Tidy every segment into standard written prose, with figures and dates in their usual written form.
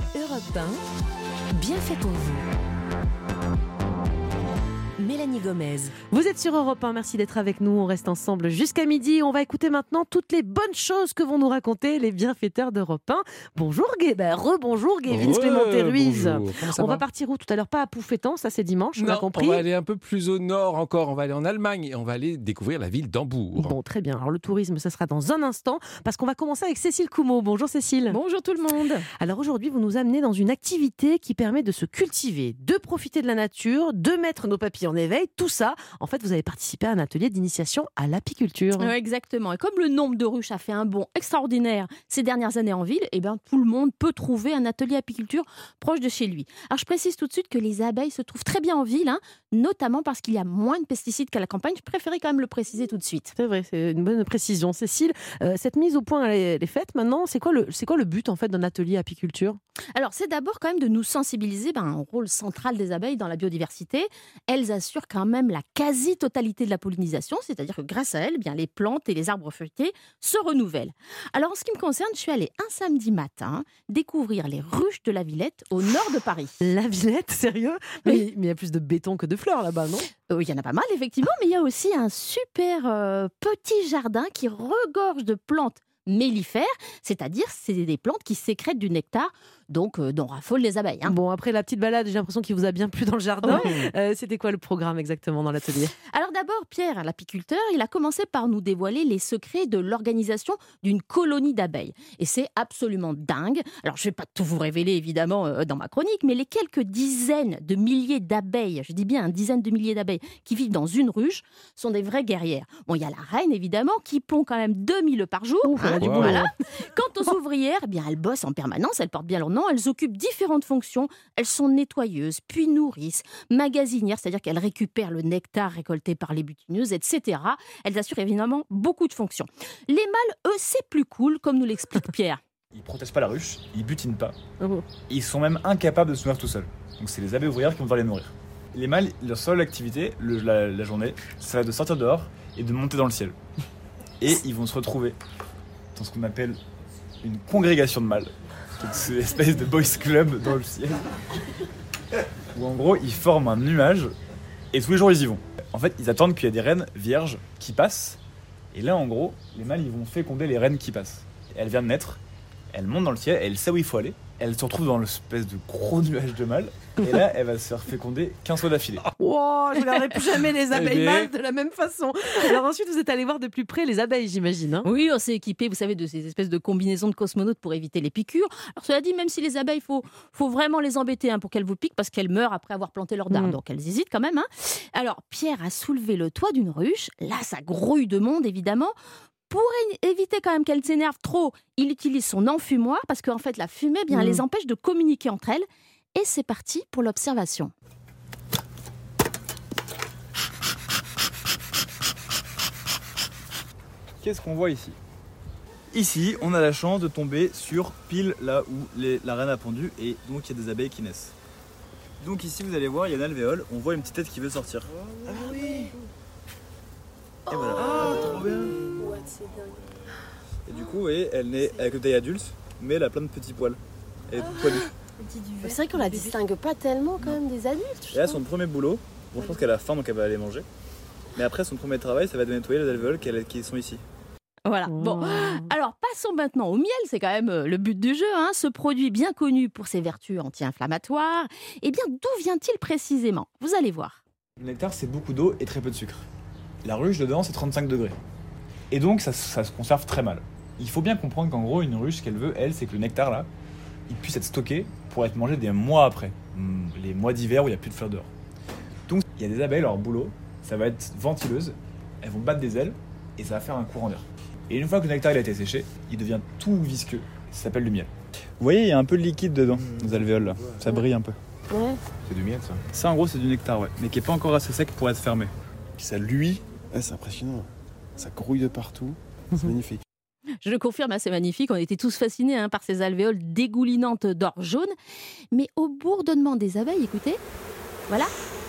Europe 1, bien fait pour vous. Mélanie Gomez. Vous êtes sur Europe 1, merci d'être avec nous. On reste ensemble jusqu'à midi. On va écouter maintenant toutes les bonnes choses que vont nous raconter les bienfaiteurs d'Europe 1. Bonjour rebonjour Vince Clémenté-Ruiz. On va partir où tout à l'heure? Pas à Poufétan, ça c'est dimanche, on a compris. On va aller un peu plus au nord encore, on va aller en Allemagne et on va aller découvrir la ville d'Hambourg. Bon, très bien. Alors le tourisme, ça sera dans un instant parce qu'on va commencer avec Cécile Coumeau. Bonjour Cécile. Bonjour tout le monde. Alors aujourd'hui, vous nous amenez dans une activité qui permet de se cultiver, de profiter de la nature, de mettre nos papilles en éveil. Tout ça, en fait, vous avez participé à un atelier d'initiation à l'apiculture. Exactement. Et comme le nombre de ruches a fait un bond extraordinaire ces dernières années en ville, tout le monde peut trouver un atelier apiculture proche de chez lui. Alors je précise tout de suite que les abeilles se trouvent très bien en ville, notamment parce qu'il y a moins de pesticides qu'à la campagne. Je préférais quand même le préciser tout de suite. C'est vrai, c'est une bonne précision. Cécile, cette mise au point, elle est faite maintenant. C'est quoi le but en fait d'un atelier apiculture? Alors c'est d'abord quand même de nous sensibiliser au rôle central des abeilles dans la biodiversité. Elles assurent quand même la quasi-totalité de la pollinisation, c'est-à-dire que grâce à elles, les plantes et les arbres feuilletés se renouvellent. Alors en ce qui me concerne, je suis allée un samedi matin découvrir les ruches de la Villette au nord de Paris. La Villette, sérieux? Mais il y a plus de béton que de fleurs là-bas, non? Oui, il y en a pas mal effectivement, mais il y a aussi un super petit jardin qui regorge de plantes mellifères, c'est-à-dire c'est des plantes qui sécrètent du nectar, donc dont raffolent les abeilles. Bon, après la petite balade, j'ai l'impression qu'il vous a bien plu dans le jardin. C'était quoi le programme exactement dans l'atelier? Alors d'abord, Pierre, l'apiculteur, il a commencé par nous dévoiler les secrets de l'organisation d'une colonie d'abeilles. Et c'est absolument dingue. Alors je ne vais pas tout vous révéler évidemment dans ma chronique, mais les quelques dizaines de milliers d'abeilles, je dis bien une dizaine de milliers d'abeilles qui vivent dans une ruche, sont des vraies guerrières. Bon, il y a la reine évidemment qui pond quand même 2000 œufs par jour. Voilà. Quant aux ouvrières, elles bossent en permanence, elles portent bien leur nom, elles occupent différentes fonctions. Elles sont nettoyeuses, puis nourrices, magasinières, c'est-à-dire qu'elles récupèrent le nectar récolté par les butineuses, etc. Elles assurent évidemment beaucoup de fonctions. Les mâles, eux, c'est plus cool, comme nous l'explique Pierre. Ils protègent pas la ruche, ils butinent pas. Ils sont même incapables de se nourrir tout seuls. Donc c'est les abeilles ouvrières qui vont devoir les nourrir. Les mâles, leur seule activité, la journée, ça va être de sortir dehors et de monter dans le ciel. Et ils vont se retrouver dans ce qu'on appelle une congrégation de mâles. Donc c'est une espèce de boys club dans le ciel. Où en gros, ils forment un nuage et tous les jours, ils y vont. En fait, ils attendent qu'il y ait des reines vierges qui passent. Et là, en gros, les mâles, ils vont féconder les reines qui passent. Et elle vient de naître, elle monte dans le ciel, elle sait où il faut aller. Elle se retrouve dans l'espèce de gros nuage de mâles. Et là, elle va se faire féconder 15 fois d'affilée. Wow, je ne verrai plus jamais les abeilles mâles de la même façon. Alors ensuite, vous êtes allé voir de plus près les abeilles, j'imagine. Oui, on s'est équipé, vous savez, de ces espèces de combinaisons de cosmonautes pour éviter les piqûres. Alors cela dit, même si les abeilles, faut vraiment les embêter pour qu'elles vous piquent, parce qu'elles meurent après avoir planté leur dard. Donc elles hésitent quand même. Alors Pierre a soulevé le toit d'une ruche. Là, ça grouille de monde, évidemment. Pour éviter quand même qu'elles s'énervent trop, il utilise son enfumoir parce qu'en fait la fumée les empêche de communiquer entre elles. Et c'est parti pour l'observation. Qu'est-ce qu'on voit ici? Ici, on a la chance de tomber sur pile là où la reine a pondu et donc il y a des abeilles qui naissent. Donc ici, vous allez voir, il y a un alvéole, on voit une petite tête qui veut sortir. Ah oui. Et voilà. Trop bien. Et du coup, vous voyez, elle naît avec le taille adulte, mais elle a plein de petits poils. Elle est toute poilue. C'est vrai qu'on la distingue pas tellement quand même des adultes. Et là, son premier boulot, bon, je pense qu'elle a faim donc elle va aller manger. Mais après, son premier travail, ça va être de nettoyer les alvéoles qui sont ici. Voilà. Bon, alors passons maintenant au miel, c'est quand même le but du jeu. Ce produit bien connu pour ses vertus anti-inflammatoires. Eh bien, d'où vient-il précisément? Vous allez voir. Le nectar, c'est beaucoup d'eau et très peu de sucre. La ruche dedans, c'est 35 degrés. Et donc, ça se conserve très mal. Il faut bien comprendre qu'en gros, une ruche, ce qu'elle veut, elle, c'est que le nectar, là, il puisse être stocké pour être mangé des mois après. Les mois d'hiver où il n'y a plus de fleurs dehors. Donc, il y a des abeilles, leur boulot, ça va être ventileuse. Elles vont battre des ailes et ça va faire un courant d'air. Et une fois que le nectar il a été séché, il devient tout visqueux. Ça s'appelle du miel. Vous voyez, il y a un peu de liquide dedans, les alvéoles là. Ça brille un peu. Ouais. C'est du miel ça. Ça, en gros, c'est du nectar, ouais. Mais qui n'est pas encore assez sec pour être fermé. Ça luit, c'est impressionnant. Ça grouille de partout, c'est magnifique. Je le confirme, c'est magnifique. On était tous fascinés par ces alvéoles dégoulinantes d'or jaune. Mais au bourdonnement des abeilles, écoutez, voilà,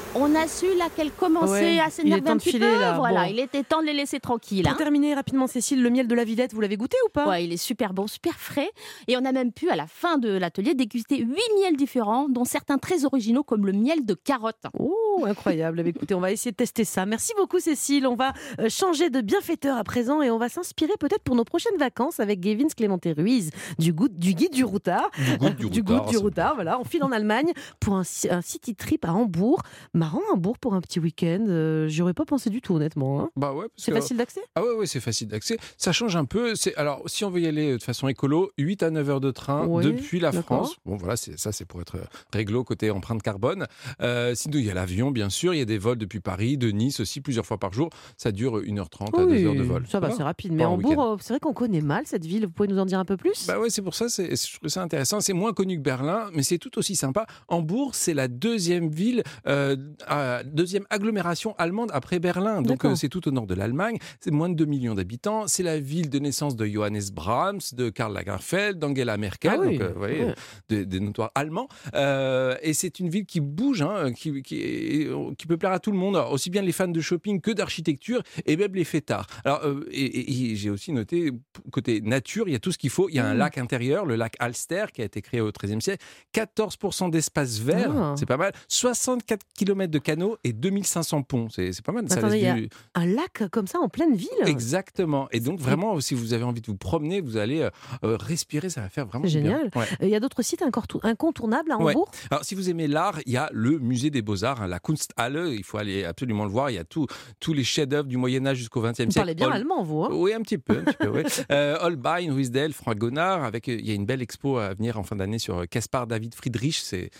On a su là qu'elle commençait à s'énerver un petit peu. Voilà, il était temps de les laisser tranquilles. Pour terminer rapidement, Cécile, le miel de la Villette, vous l'avez goûté ou pas? Ouais, il est super bon, super frais. Et on a même pu, à la fin de l'atelier, déguster 8 miels différents, dont certains très originaux, comme le miel de carotte. Oh, incroyable. Écoutez, on va essayer de tester ça. Merci beaucoup, Cécile. On va changer de bienfaiteur à présent et on va s'inspirer peut-être pour nos prochaines vacances avec Gavin Clémenté-Ruiz du guide du routard. Du goût du routard, voilà. On file en Allemagne pour un city trip à Hambourg. Marrant, Hambourg pour un petit week-end. J'y aurais pas pensé du tout, honnêtement. Hein. Bah ouais, c'est facile d'accès? Ah ouais, c'est facile d'accès. Ça change un peu. Alors, si on veut y aller de façon écolo, 8 à 9 heures de train depuis la France. Bon, voilà, c'est pour être réglo côté empreinte carbone. Sinon, il y a l'avion, bien sûr. Il y a des vols depuis Paris, de Nice aussi, plusieurs fois par jour. Ça dure 1h30 à 2 heures de vol. Ça va, c'est rapide. Mais Hambourg, c'est vrai qu'on connaît mal cette ville. Vous pouvez nous en dire un peu plus? Bah ouais, c'est pour ça, je trouve ça intéressant. C'est moins connu que Berlin, mais c'est tout aussi sympa. Hambourg, c'est la deuxième ville, deuxième agglomération allemande après Berlin. Donc c'est tout au nord de l'Allemagne. C'est moins de 2 millions d'habitants. C'est la ville de naissance de Johannes Brahms, de Karl Lagerfeld, d'Angela Merkel. Donc, vous voyez, des notoires allemands. Et c'est une ville qui bouge, hein, qui peut plaire à tout le monde, aussi bien les fans de shopping que d'architecture, et même les fêtards. Alors, et j'ai aussi noté, côté nature, il y a tout ce qu'il faut. Il y a un lac intérieur, le lac Alster, qui a été créé au XIIIe siècle. 14% d'espace vert, c'est pas mal. 64 km de canaux et 2500 ponts. C'est pas mal. Attendez, il y a un lac comme ça en pleine ville? Exactement. Et donc, vraiment, si vous avez envie de vous promener, vous allez respirer, ça va faire vraiment du bien. Génial. Il y a d'autres sites incontournables à Hambourg? Alors, si vous aimez l'art, il y a le musée des Beaux-Arts, hein, la Kunsthalle. Il faut aller absolument le voir. Il y a tous les chefs-d'œuvre du Moyen-Âge jusqu'au XXe siècle. Vous parlez bien allemand, vous, hein? Oui, un petit peu. Oui. Holbein, Ruisdael, Fragonard. Il y a une belle expo à venir en fin d'année sur Caspar David Friedrich. C'est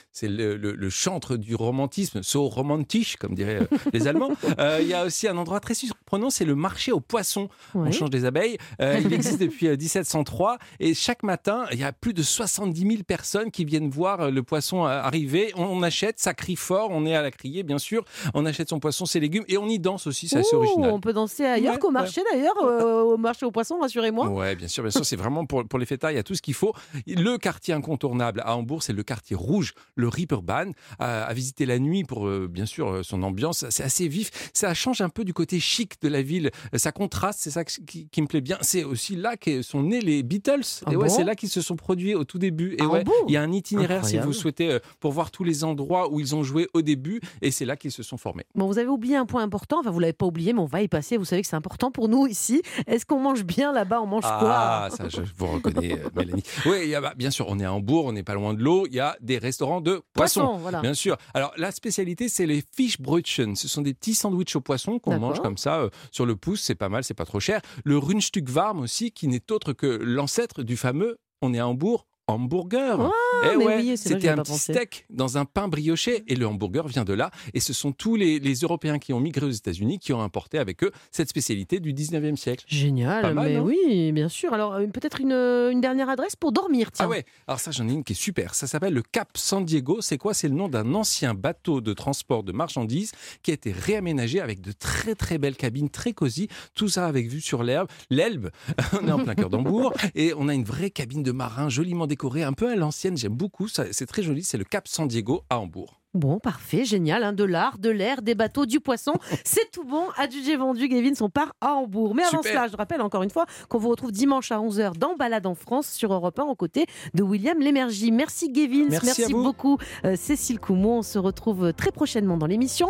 le chantre du romantisme, so romantisch, comme diraient les Allemands. Il y a aussi un endroit très surprenant, c'est le marché aux poissons. On change des abeilles. Il existe depuis 1703 et chaque matin, il y a plus de 70 000 personnes qui viennent voir le poisson arriver. On achète, ça crie fort, on est à la criée, bien sûr. On achète son poisson, ses légumes et on y danse aussi, c'est assez original. On peut danser ailleurs qu'au marché d'ailleurs, au marché aux poissons, rassurez-moi. Oui, bien sûr, c'est vraiment pour les fêtards, il y a tout ce qu'il faut. Le quartier incontournable à Hambourg, c'est le quartier rouge, le Reeperbahn, à visiter la nuit pour, bien sûr, son ambiance. C'est assez vif, ça change un peu du côté chic de la ville, ça contraste, c'est ça qui me plaît bien. C'est aussi là que sont nés les Beatles. C'est là qu'ils se sont produits au tout début. Et il y a un itinéraire, si vous souhaitez, pour voir tous les endroits où ils ont joué au début, et c'est là qu'ils se sont formés. Bon, vous avez oublié un point important, enfin vous l'avez pas oublié, mais on va y passer. Vous savez que c'est important pour nous ici. Est-ce qu'on mange bien là-bas? On mange quoi? Ah, ça, je vous reconnais, Mélanie. Oui, bien sûr, on est à Hambourg, on n'est pas loin de l'eau. Il y a des restaurants de poissons, voilà. Bien sûr. Alors, la spécialité, c'est les Fischbrötchen. Ce sont des petits sandwichs au poisson qu'on mange comme ça sur le pouce. C'est pas mal, c'est pas trop cher. Le Rundstück warm aussi, qui n'est autre que l'ancêtre du fameux, on est à Hambourg, hamburger. C'était un petit steak dans un pain brioché et le hamburger vient de là. Et ce sont tous les Européens qui ont migré aux États-Unis qui ont importé avec eux cette spécialité du 19e siècle. Génial, pas mal, mais non? Oui, bien sûr. Alors peut-être une dernière adresse pour dormir, tiens. Ah ouais, alors ça j'en ai une qui est super. Ça s'appelle le Cap San Diego. C'est quoi? C'est le nom d'un ancien bateau de transport de marchandises qui a été réaménagé avec de très très belles cabines, très cosy. Tout ça avec vue sur l'Elbe. On est en plein cœur d'Hambourg et on a une vraie cabine de marin joliment décorée, un peu à l'ancienne. J'aime beaucoup. C'est très joli. C'est le Cap San Diego à Hambourg. Bon, parfait, génial, hein, de l'art, de l'air, des bateaux, du poisson, c'est tout bon, adjugé vendu, Gavin, on part à Hambourg. Mais avant cela, je rappelle encore une fois qu'on vous retrouve dimanche à 11h dans Balade en France sur Europe 1 aux côtés de William Lémergie. Merci Gavin, merci beaucoup Cécile Coumont, on se retrouve très prochainement dans l'émission